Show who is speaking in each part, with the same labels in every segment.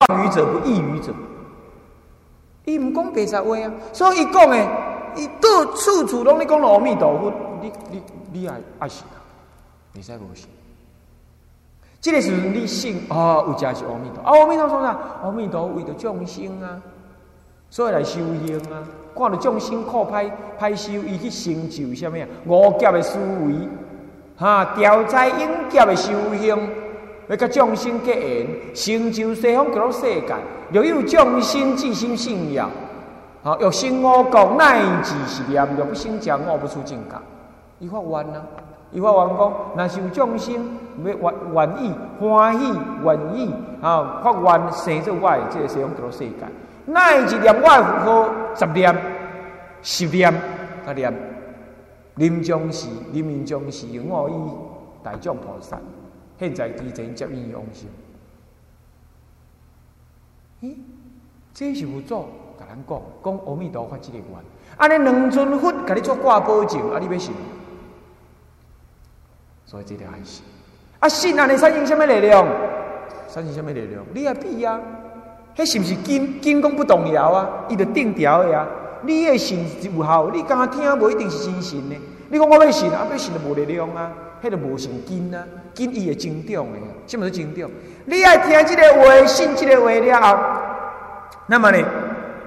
Speaker 1: 妄语者不异语者，伊唔讲白实话啊，所以伊讲诶，伊到处处拢咧讲阿弥陀佛，你爱信啊，袂使无信。这个时阵你信哦，有真是阿弥陀，阿弥陀说啥？阿弥陀为着众生啊，所以来修行啊。看到众生苦歹修，伊去成就什么啊？五劫的思维，调在应劫的修行，要甲众生结缘，成就西方极乐世界。若有众生至心信仰，欲生我国，乃至是念；若不生者，我不出境界。伊发愿啊！伊发愿讲，若是有众生要愿意、欢喜、愿意发愿生做我的这个西方极乐世界。乃至念我的佛号10念、10念，念临终时我以大众菩萨，现在之前接引往生。这是佛祖甲咱讲阿弥陀佛这个愿，安尼两尊佛甲你做挂保证，你要信？所以这条还信。信安尼产生什么力量？产生什么力量？你也比啊！迄是不是金刚不动摇啊？伊就定调的啊！你的信有效，你刚刚听无一定是真信的。你讲我要信啊，要信就无力量啊，迄就无成根啊，根伊会增长的。什么是增长？你爱听这个话，信这个话了后，那么呢，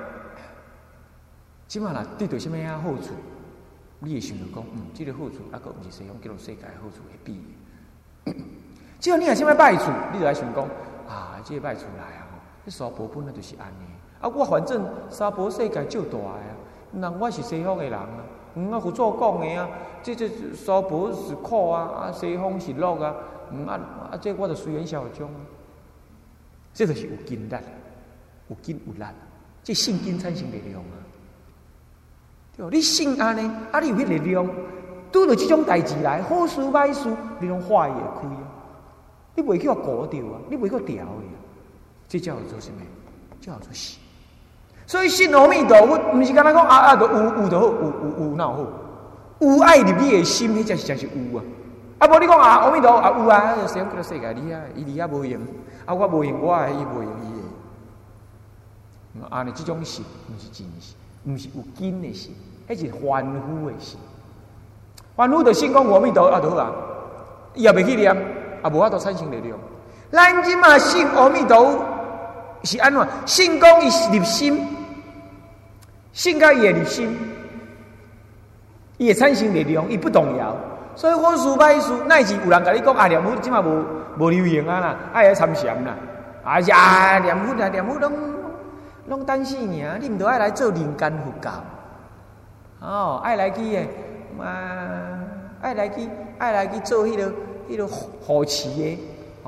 Speaker 1: 即马啦对到什么样好处？你会想到讲，这个好处啊，个毋是西方极乐世界的好处会比的。只要你有什么歹处，你就来想讲这个歹处来啊！娑婆本来就是安尼我反正娑婆世界就大的我是西方的人佛祖讲的这娑婆是苦西方是乐这我就随缘效忠这就是有根力，有根有力，这信根产生力量对吧？你信安尼你有迄力量，拄到这种代志来，好事歹事，你拢化会开你袂去顾着你袂去调的这叫做什么？叫做信。所以信阿弥陀佛，不是干那讲就有就好，有哪好？有爱入你的心，迄才是有无你讲阿弥陀有西方极乐世界伊离无用，我无用我的，伊无用伊的。安尼这种信，不是真信，不是有根的信，迄是凡夫的信。凡夫就信讲阿弥陀就好伊也袂去念，无法度产生力量。咱即嘛信阿弥陀佛。是安怎？信讲伊是入心，信到伊会入心，伊会产生力量，伊不动摇。所以好事歹事，乃至有人甲你讲念佛即嘛无流行啦，爱参禅啦，念佛拢等死尔，你毋着爱来做人间佛教，爱来去爱来去做迄个护持的，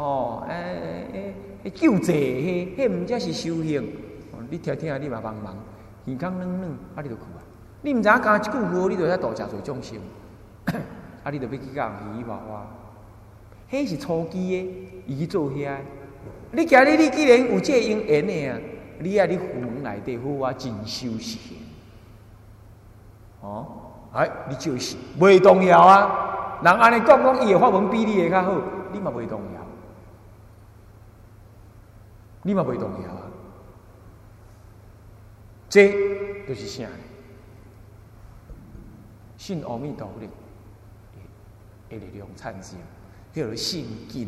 Speaker 1: 救济迄毋才是修行。你听你嘛茫，耳孔软你就去你毋知影讲一句话，你就在度真侪众生。你就要去讲鱼娃娃，迄是初期的，伊去做遐。你今日你既然有这因缘的你佛门内底好真修行。你就是袂动摇人安尼讲伊的法门比你的较好，你嘛袂动摇。这就是啥？信阿弥陀佛的力量产生，叫做信根。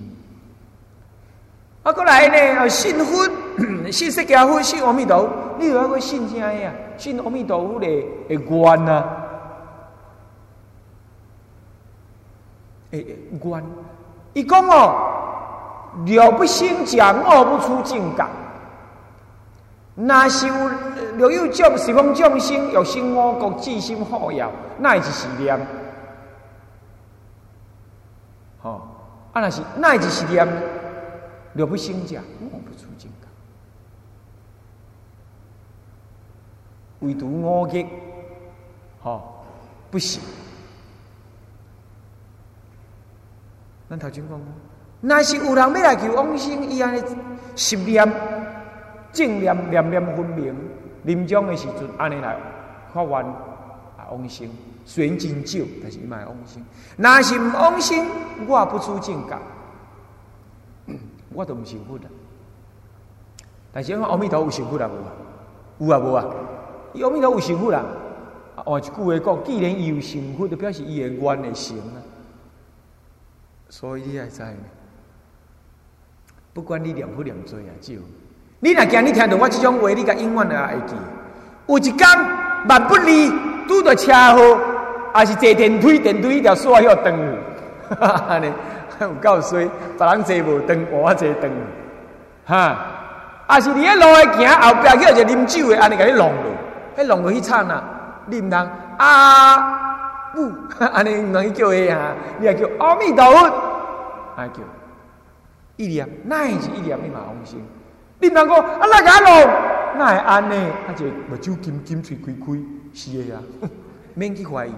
Speaker 1: 过来呢，信佛、信释迦佛、信阿弥陀佛，你有要信啥呀？信阿弥陀佛的愿愿，伊讲若不生者，我不出境界。若是若有十方众生，欲生我国，至心好乐，乃至是念。若是乃至是念，若不生者，我不出境界。唯独我业，不行。咱头前讲，若是有人要来求往生，伊安尼10念、正念、念念分明，临终的时阵，安尼来发愿往生。虽然真少，但是伊嘛会往生。若是唔往生，我不出境界，我都唔是佛啦。 但是阿弥陀有成佛啦无啊？有啊无啊？伊阿弥陀有成佛啦。换一句话讲，既然伊有成佛，就表示伊的愿会成啊。所以你爱知呢，不管你念不念做啊，只有你若今日听到我这种话，你甲永远就会记。有一天万不利，拄到车祸，还是坐电梯，电梯条锁要断去，安尼有够衰，别人坐无断，我坐断，哈。啊是你喺路诶行，后壁叫一个啉酒诶，安尼甲你弄落，迄弄落去惨啊！你毋通安尼毋通去叫伊啊，你也叫阿弥陀佛，安叫一念，乃是一念你嘛往生。你毋通讲啊，哪甲弄？哪会安尼？啊，一个目睭金金，嘴开开，是诶啊，免去怀疑。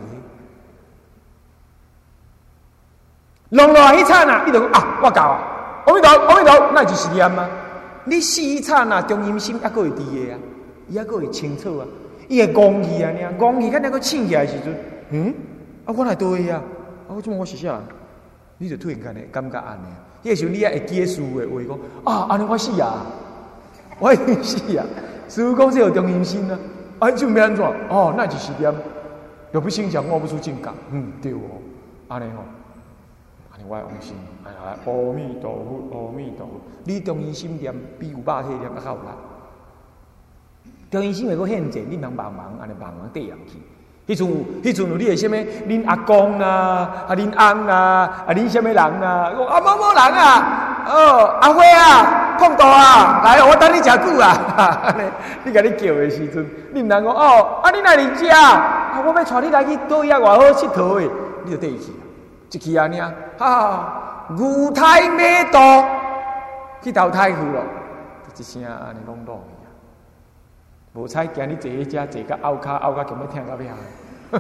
Speaker 1: 弄落去惨啊！你就讲啊，我教啊，阿弥陀，阿弥陀，那就是念啊。你死惨啊，中阴心还佫会伫诶啊，伊还佫会清楚啊，伊会讲去啊，讲去，看那个醒起来时阵，我来对啊，我怎么我是啥？你就突然间的感觉安尼，迄个时候你也会记师父的话讲安尼我死啊，我已经死啊，师父讲这有中阴心啊，就要安怎？那就是念，若不心想，我不出境界，对哦，安尼吼。我往生，阿弥陀佛，阿弥陀佛。你中阴心念比有肉体念较有力。中阴心会阁现前，你茫茫安尼茫缀入去。迄阵有你的什么？恁阿公啊，恁翁啊，恁什么人啊？某人啊，阿辉啊，碰到啊，来，我等你食久啊。你甲你叫的时阵，你毋通讲你来恁遮？我要带你来去倒遐外好佚佗的，你就缀去。一去安尼牛胎马肚去投胎去咯，一声安尼拢落去啊！无彩今日坐迄只坐到拗脚叫要听到遐，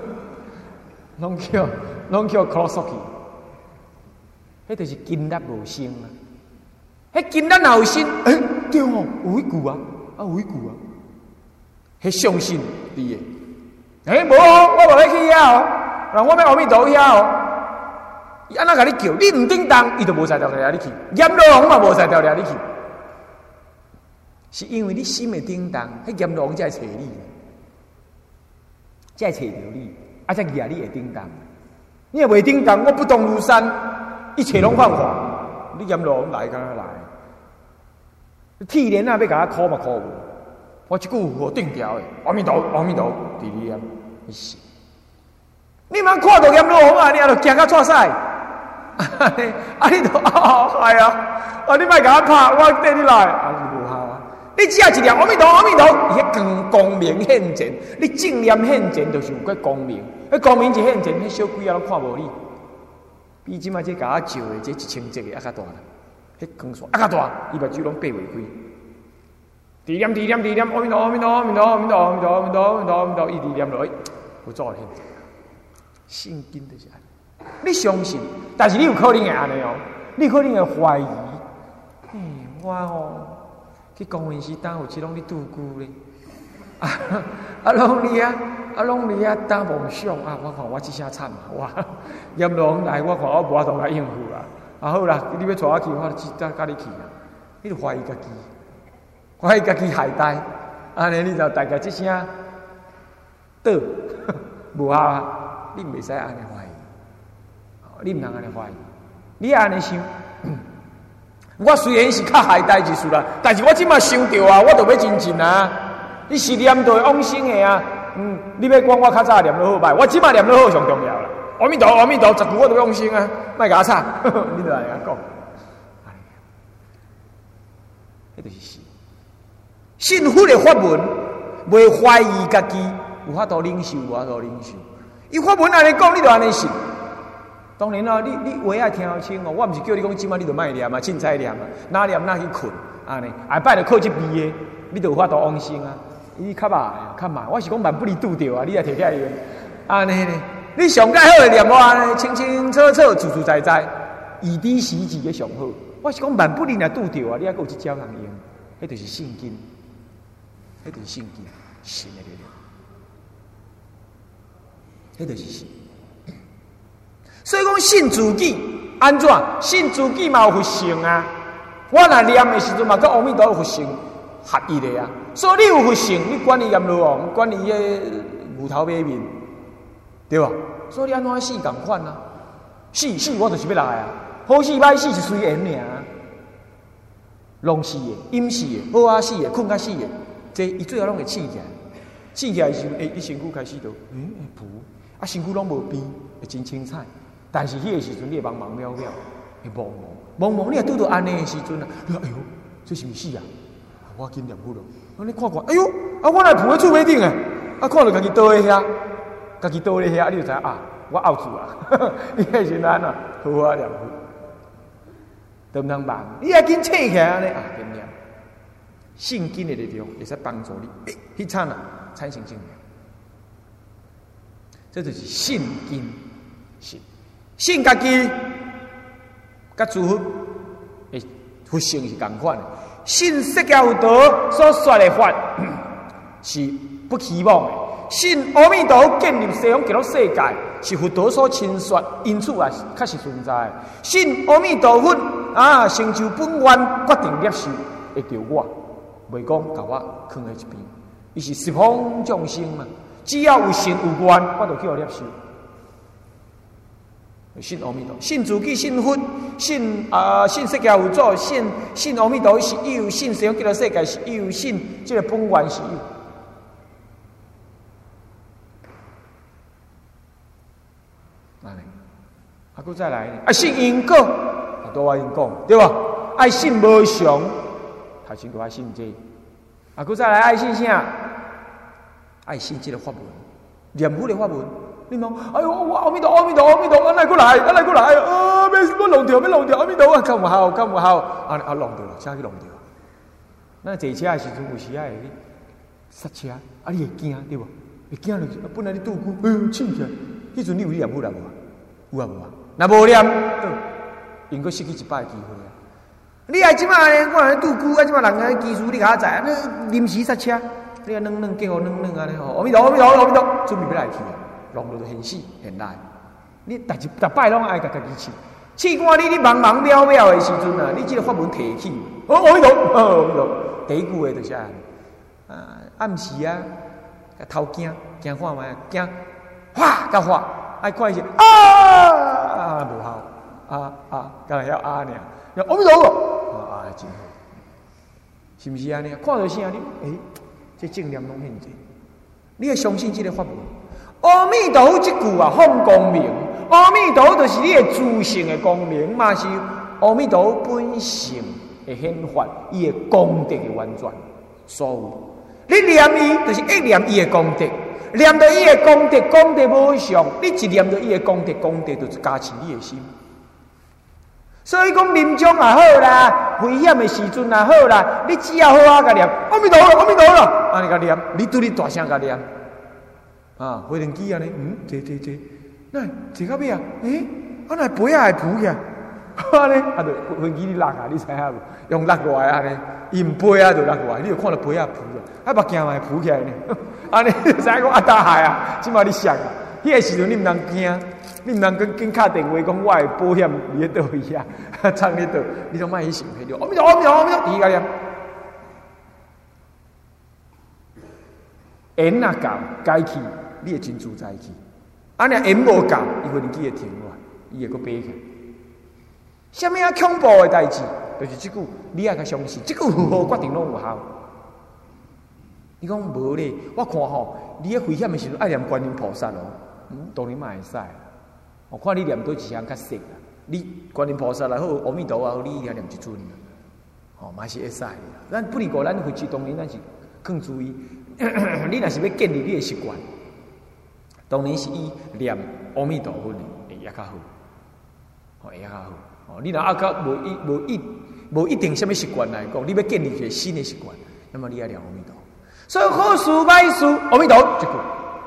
Speaker 1: 拢叫 cross 去，迄就是筋力无生啊！迄筋力若有生，对哦，有一句啊，有一句啊，迄相信你诶，无哦，我无要去遐哦，人我要阿弥陀遐哦。伊安那甲你叫，你唔叮当，伊就无才调抓你去；阎罗王嘛无才调抓你去，是因为你心会叮当，迄阎罗王才会找你，才会找着你，才惹你会叮当。你也袂叮当，我不动如山，一切拢犯法。你阎罗王来干哪来？铁链啊，要甲我箍嘛箍无？我一句话定调的，阿弥陀，阿弥陀，第二念，你信？你茫看到阎罗王啊，你也就惊到错屎。你都系啊！你莫甲我拍，我缀你来，是无效啊！你只要一念阿弥陀，阿弥陀，伊迄光明现前，你正念现前，就是有个光明。迄光明一现前，迄小鬼啊拢看无你。比即摆这甲我照的，这1000只的较大啦，迄光线较大，伊目睭拢闭袂开。地念，阿弥陀，阿弥陀，阿弥陀，阿弥陀，阿弥陀，阿弥陀，阿弥陀，阿弥陀，一直念落去，有做现前。圣经就是安尼。你相信，但是你有可能会安尼哦，你可能会怀疑。我去公园时当有一拢你拄久咧，拢你啊打梦想啊！我看我这下惨啊！哇，阎罗来，我看我无法度来应付啦。好啦，你要带我去，我就甲你去啦。你就怀疑家己，怀疑家己害呆，安尼你就大概这声倒无效啊！你袂使安尼怀疑。你唔通安尼怀疑，你安尼想，我虽然是较害代志事啦，但是我即马想到啊，我就要真正啊，你是念到往生的啊，你要管我较早念落好歹，我即马念落好上重要啦。阿弥陀，阿弥陀，10句我都往生啊，莫甲我吵，你就来甲讲，迄就是信佛的法门，袂怀疑家己，有法度领受，有法度领受。伊法门安尼讲，你就安尼信。当然啦，你话爱听清哦。我毋是叫你讲，即摆你就莫念啊，凊彩念啊，哪念哪去困，安尼下摆就靠这味的，你就有法度往生啊。伊较慢，我是讲万不离拄着啊，你也摕起来用，安尼呢？你上介好的念我安尼清清楚楚、自自在在，以知时至嘅上好。我是讲万不离若拄着啊，你还有一招人用，迄就是圣经，迄就是圣经，神的力量，迄就是神。所以讲信自己安怎？信自己嘛有佛性啊！我若念的时阵嘛，跟阿弥陀有佛性， 合一的啊。所以你有佛性，你管你阎罗王，管你个牛头马面，对吧？所以你安怎死共款啊？死我就是要来啊！好死歹死是随缘尔。拢死的，阴死的，好啊死的，困啊死的，这伊最后拢会醒起来。醒起来时，伊身躯开始就会浮，啊身躯拢无变，会真清彩。但是迄个时阵，你会茫茫渺渺，会茫茫，你若拄到安尼的时阵啊，你说哎呦，这是毋死啊？我紧念佛咯。你看看，哎呦，啊我来浮喺厝尾顶诶，啊看到家己倒喺遐，家己倒喺遐，你就知啊，我拗住啊，你迄时阵安怎好啊念佛。都唔通忙，你要紧醒起来呢啊！念念，圣经的力量会使帮助你，去产啊，产生正念。这就是信经信家己，甲诸佛诶佛性是共款的。信释迦佛陀所说的法是不虚妄的，信阿弥陀佛建立西方极乐世界是佛陀所亲说，因此啊确实存在。信阿弥陀佛。啊，成就本愿，决定接受，会着我，袂讲甲我放在一边。伊是十方众生嘛，只要有信有愿，我就去互接受。信阿弥陀，信自己，信佛，信释迦佛祖，信阿弥陀是有，信西方极乐世界是有，信这个本愿是有。安尼，啊，佫再来呢？啊，信因果。都我因讲对吧？爱信无常，头先都爱信这，啊，佮再来爱信啥？爱信这个法门，念佛的法门。你讲，哎呦，我阿弥陀，阿弥陀，阿弥陀，我来过来，我来过来，啊，要弄掉，阿弥陀啊，干唔好，干唔好，啊，弄掉了，车去弄掉。那坐车的时阵，有时会去刹车，啊，你会惊对不？会惊就是，本来你拄久，哎呦，醒起来，迄阵你有念佛啦无？有啊无啊？那无念。因佫失去一摆机会啊！你爱即摆呢？我安尼拄久，啊即摆人安尼技术你甲我知，你临时刹车，你啊软叫我软安尼吼，阿弥陀，阿弥陀，阿弥陀，准备要来去啊，弄到就现死现来。你逐摆拢爱甲家己试看你茫茫渺渺的时阵啊，你即个法门提起，阿弥陀，阿弥陀，第一句话就是啊，暗时啊，偷惊看卖，惊，哗，甲哗，爱看一下啊，无效。刚才要阿呢，要阿弥陀佛，真好，是不是安尼？看到啥你这正念拢现在，你要相信这个法门。阿弥陀佛这句啊，放光明。阿弥陀佛就是你的自性的光明嘛，是阿弥陀佛本性的显发，伊的功德的完全。所有你念伊，就是一念伊的功德，念到伊的功德，功德无上，你一念到伊的功德，功德就是加持你的心。所以讲临终也好啦，危险的时阵也好啦，你只要好甲念阿弥陀佛，阿弥陀佛，安尼甲念，你对你大声甲念，啊，飞行机安尼，坐，那坐到尾啊，啊那飞啊会浮起来，安尼啊，就飞机你落啊，你知影无？用落过来安尼，伊唔飞啊就落过来，你就看到飞啊浮啊，啊目镜嘛会浮起来呢，安尼就知影讲啊大海啊，即马你想啊，迄个时阵你唔通惊。你唔通跟敲电话讲，我的保险伫倒位啊，藏伫倒，你都莫去想迄个。阿弥陀，阿弥陀，阿弥陀，伊个念。缘若到，该去，你会真自在去。啊，若缘无到，伊飞机会停落，伊会阁飞起。什么啊恐怖的代志？就是即句，你也较相信，即句好决定拢有效。你讲无咧？我看吼，你喺危险的时阵爱念观音菩萨咯，当然嘛会使。我看你念多一项较熟啦，你观音菩萨啦好，阿弥陀佛，你也念一尊啦，嘛是会使。咱不离过，咱回去当然咱是更注意。你若是要建立你的习惯，当然是以念阿弥陀佛会较好，会较好。你若无一定什么习惯来讲，你要建立一个新的习惯，那么你要念阿弥陀。所以好事歹事，阿弥陀一句，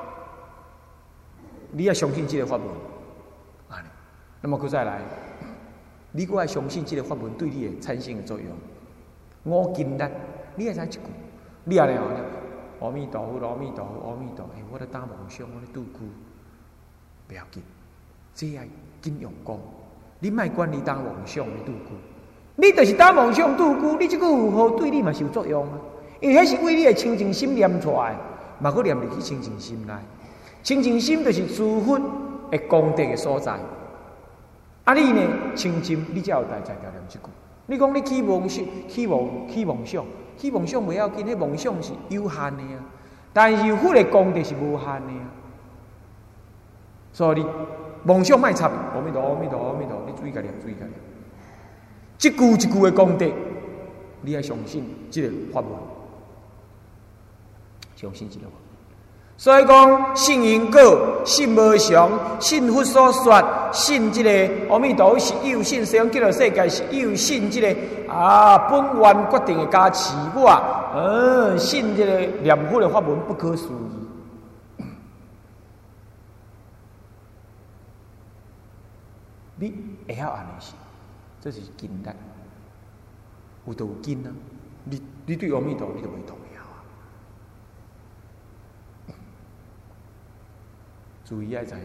Speaker 1: 你要相信这个法门。那么佫再来，你佫爱相信这个法门对你的产生的作用。五金力，你会知一句，你也念阿弥陀佛，阿弥陀佛，阿弥陀佛。我咧打妄想，我咧度孤，不要紧，这要紧用功。你莫管你打妄想咧度孤，你就是打妄想度孤，你这个有好对你嘛是有作用啊。 因为迄是为你的清净心念出来，嘛佫念入去清净心内。清净心就是诸佛的功德的所在。啊，你呢清净，你才有大才念这句。你讲你起妄想，起妄想不要紧，迄妄想是有限的啊。但是佛的功德是无限的啊。所以你妄想莫插，阿弥陀，阿弥陀，阿弥陀，你注意个念，注意个念。一句一句的功德，你要相信这个法门，相信这个法门。所以讲，信因果，信无常，信佛所说，信这个阿弥陀是有，信西方极乐世界是有，信这个本愿决定的加持我，信这个念佛的法门不可思议。你会晓安尼是，这是经力，有就有经啊。你对阿弥陀你就袂动摇啊。注意要知影，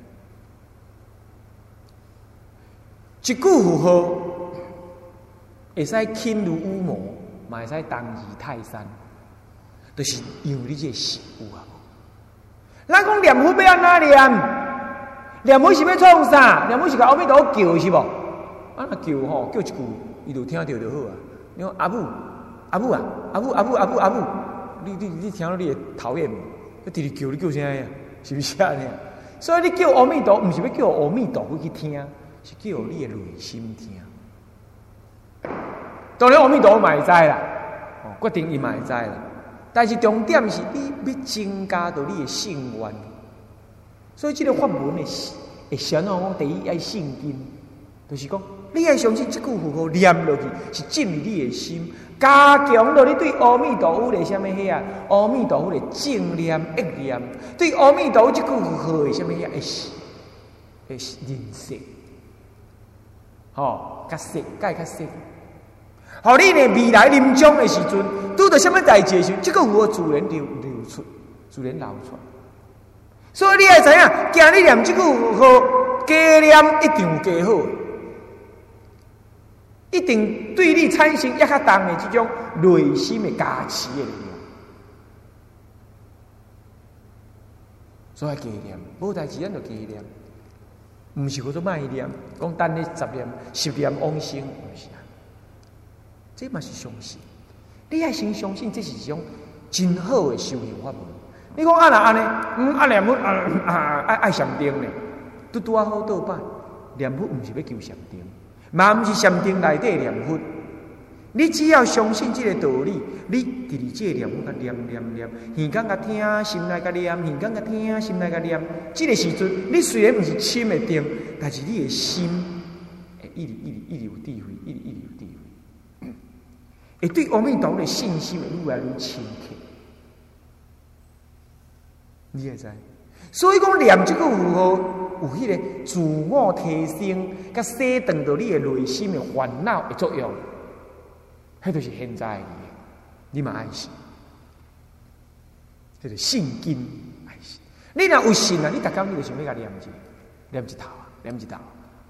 Speaker 1: 一句符号会使轻如羽毛，嘛会使当如泰山，就是因为你这识有啊。咱讲念佛要安怎念？念佛是要创啥？念佛是甲阿弥陀叫是无？啊，叫吼叫一句，伊就听到就好啊。你讲阿母阿母啊，阿母阿母阿母阿母，你听到你会讨厌无？你直直叫你叫啥呀？是不是啊？所以你叫阿弥陀，不是要叫阿弥陀去听，是叫你的内心听。当然阿弥陀嘛会知啦，决定伊嘛会知啦。但是重点是你要增加到你的信愿。所以这个法门会先讲第一要信经，就是讲你要相信这句符号念落去是进入你的心。加强了你对阿弥陀佛的什么遐阿弥陀佛的正念意念，对阿弥陀佛这句符号的什么遐会认识，较识，较识。好，你呢未来临终的时阵，拄到什么代志时，这个符号自然流出，自然流出。所以你要知影，今日念这句符号，加念一定有加好。一定对你产生较重的这种内心的加持的力量，所以加念，无代志咱就加念，唔是叫做卖念，讲等你10念往生，唔是啊，这嘛是相信。你要先相信这是一种真好的修行法门。你讲啊那安尼，念佛爱禅定呢，拄啊好倒摆，念佛唔是要求禅定。嘛不是禅定内底念佛，你只要相信这个道理，你伫这念佛甲念，耳根甲听，心内甲念，耳根甲听，心内甲念。这个时阵，你虽然不是深的定，但是你的心会一直有智慧，一直有智慧，会对阿弥陀佛的信心会愈来愈深刻。你会知？所以讲念这个符号。有迄个自我提升，甲洗断到你的内心的烦恼的作用，迄就是现在的你嘛爱信，迄个信经爱信。你若有信啊，你逐工你就想要甲念一头啊，念一头，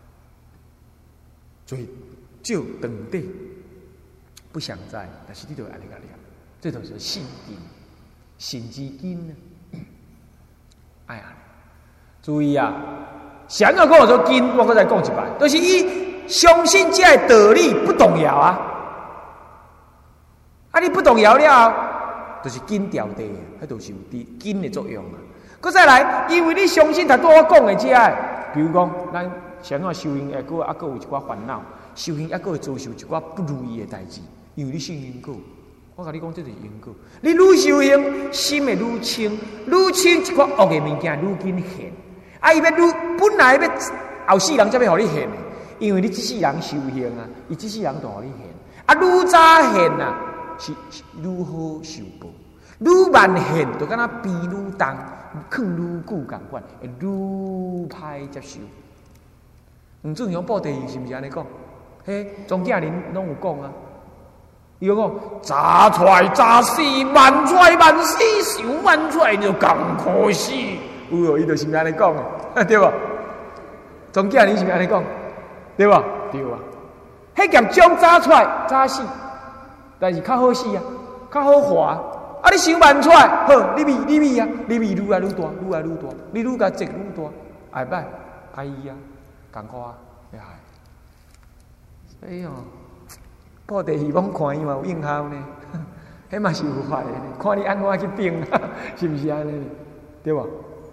Speaker 1: 所以就长底不想在，但是你就安尼甲念，这就是信经，信之经啊，哎呀。注意啊！想要跟我说经，我再讲一摆，就是伊相信这个道理不动摇啊！你不动摇了，就是经调地，迄就是有经的作用啊。佮再来，因为你相信他对我讲的这个，比如讲，咱想要修行，还佫有一寡烦恼，修行还佫会遭受一寡不如意的代志，因为你信因果。我甲你讲，这就是因果。你愈修行，心会愈清，一寡恶的物件愈紧现。伊要本来要后世人才要互你现的，因为你这世人修行啊，伊这世人就互你现。愈早现啊，是愈好受报；愈慢现，就敢若病愈重，困愈久共款，会愈歹接受。黄俊雄报地是毋是安尼讲？嘿，庄稼人拢有讲啊。伊讲早出来早死，晚出来晚死，想晚出来就共可死。有哦，伊就是安尼讲啊，对吧？庄稼人是安尼讲，对吧？对啊。迄件将早出来早死，但是较好死啊， 较好活。啊，你想办出来，好，你咪啊，你咪愈来愈大，愈来愈大，你愈甲积愈大，会歹，歹伊啊，艰苦啊，会害。所以哦，破地希望看伊嘛有应效呢，迄嘛是有法的呢，看你安怎去变，是不是安尼？对吧？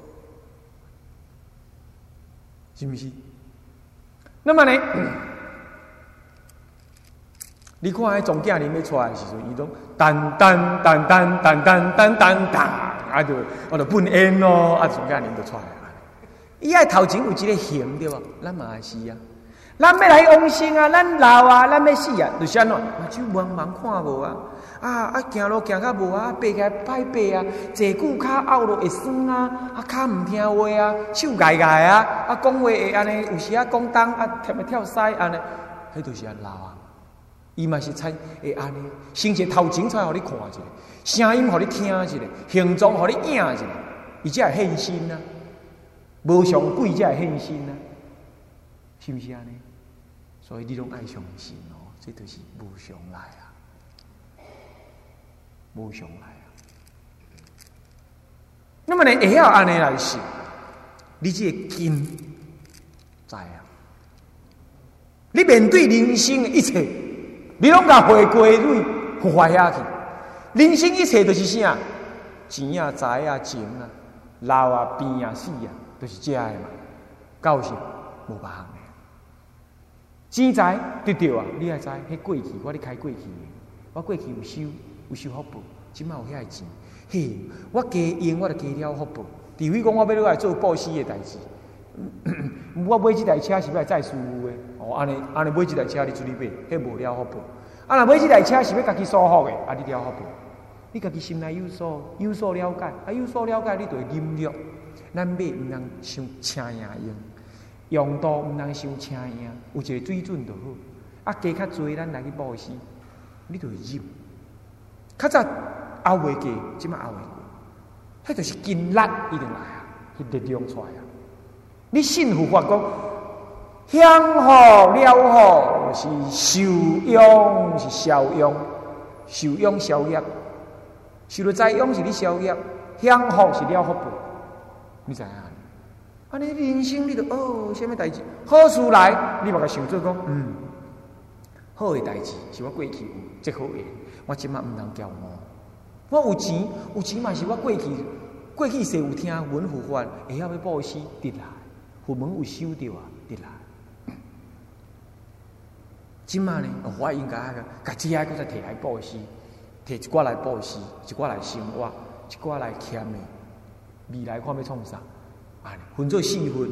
Speaker 1: 是不是？那么呢？你看迄总教练要出来的时阵，伊拢噔噔噔噔噔噔噔噔噔，啊就我就本烟咯，啊总教练就出来了。伊爱头前有一个形对吧？咱嘛也是啊，咱要来往生啊，咱老啊，咱要死啊，就是安怎？目睭茫茫看无啊，行路行较无啊，爬起来歹爬啊，坐久骹拗落会酸啊，骹唔听话啊，手呆呆啊，讲话会安尼，有时讲东跳咪跳西安尼，迄就是安老啊。伊嘛是才会安尼，先是头前出来，互你看一下，声音互你听一下，形状互你影一下，伊才会现身啊。无上贵才会现身啊，是不是安尼？所以你拢爱相信哦，这就是无常来啊，无常来啊。那么呢，会晓安尼来想，你这个根知啊？你面对人生的一切。你拢甲回归蕊活下去，人生一切都是啥？钱啊、财啊、情啊、老啊、病啊、死啊，都是这个嘛。高兴无别项的，钱财得到啊！你爱知，迄过去我咧开过去的，我过去有收福报，即摆有遐个钱，嘿，我加用我就加了福报。除非讲我要落来做布施的代志，我买这台车是要载师傅的。哦，安尼买这台车你出去买，迄无了福报。若买这台车是要家己舒服的，你了福报。你家己心内有所了解，有所了解，你就会忍辱。咱买毋通伤车赢用度毋通伤车赢，有一个水准就好。加较济，咱来去布施，你就会忍。较早熬袂过，即摆熬袂过，迄就是筋力一定来啊，迄力量出来啊。你信佛法讲。享福了福是受用是消用，受用消业，受了再用是你消业，享福是了福报，你知影？安尼人生你就什么代志好事来，你嘛甲想做讲，好的代志是我过去有这好个，我即摆毋通骄傲。我有钱嘛是我过去世有听闻佛法，会晓要布施得来，佛门有收到啊得来。今嘛呢，我应该甲这个再摕来布施，摕一寡来布施，一寡来生活，一寡来欠的。未来看要创啥？分做4份。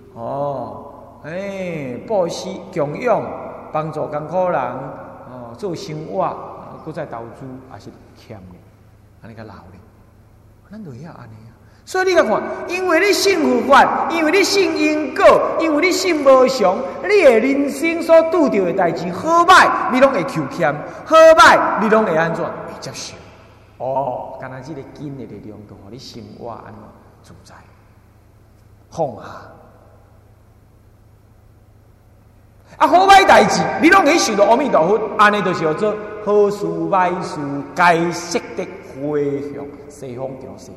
Speaker 1: 布施、供养、帮助艰苦人，做生活，搁再投资，也是欠的，安尼较老咧。咱就要安尼啊。所以你甲看，因为你信佛法，因为你信因果，因为你信无常，你的人生所拄到的代志好歹，你拢会求欠；好歹，你拢会安怎？会接受。干那这个根的力量，就互你生活安怎自在，放下。好歹代志，你拢会想到阿弥陀佛，安尼就是叫做好事歹事，该识得回向西方极乐世界。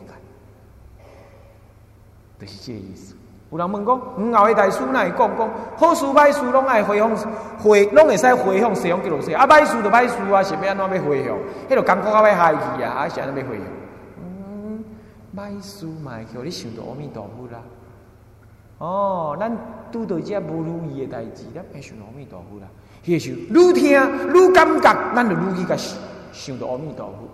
Speaker 1: 就是这个意思。有人问讲，后的大师哪会讲好事歹事拢爱回向，拢会使回向西方极乐世界。歹事就歹事啊，是要安怎要回向？迄就艰苦到要害去啊，是安怎要回向？歹事嘛会叫你想到阿弥陀佛啦。咱拄到这无如意的代志，咱会想到阿弥陀佛啦。迄时愈听愈感觉，咱就愈去甲想到阿弥陀佛。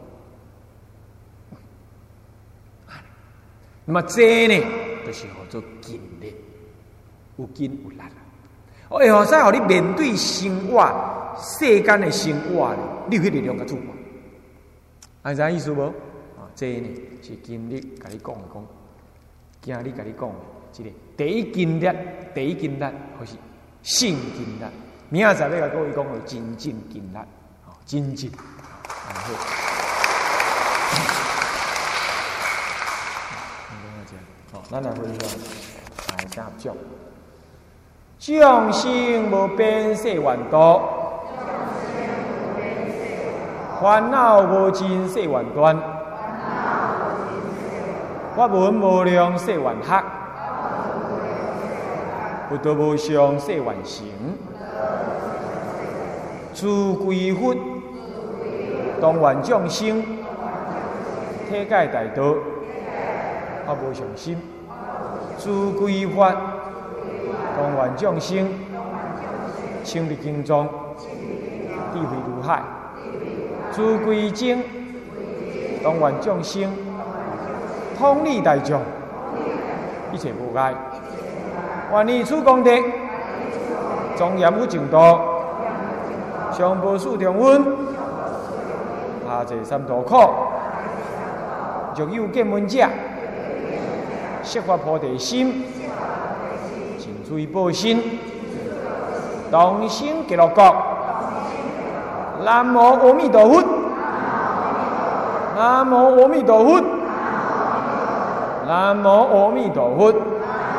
Speaker 1: 那么这呢？就是叫做筋力，有筋有力。会使互你面对生活、世间的生活，你有迄力量甲出发。知影意思无？这呢是筋力，甲你讲的讲，今日甲你讲的，这个第一筋力，或是性筋力。明仔载要甲各位讲的真正筋力，真正。咱来回想，来合掌。众生无边誓愿度， 烦恼无尽世愿断，法门无量世愿学，不得无上世愿成。自归佛，当愿众生体解大道，法无上心；自归法，当愿众生清入经中，智慧如海；自归正，当愿众生通理大众，一切无碍。愿以此功德，庄严有净土。上报四重恩，下济三途苦。若有见闻者，悉发菩提心，尽追报身，同生极乐国。南无阿弥陀佛，南无阿弥陀佛，南无阿弥陀佛。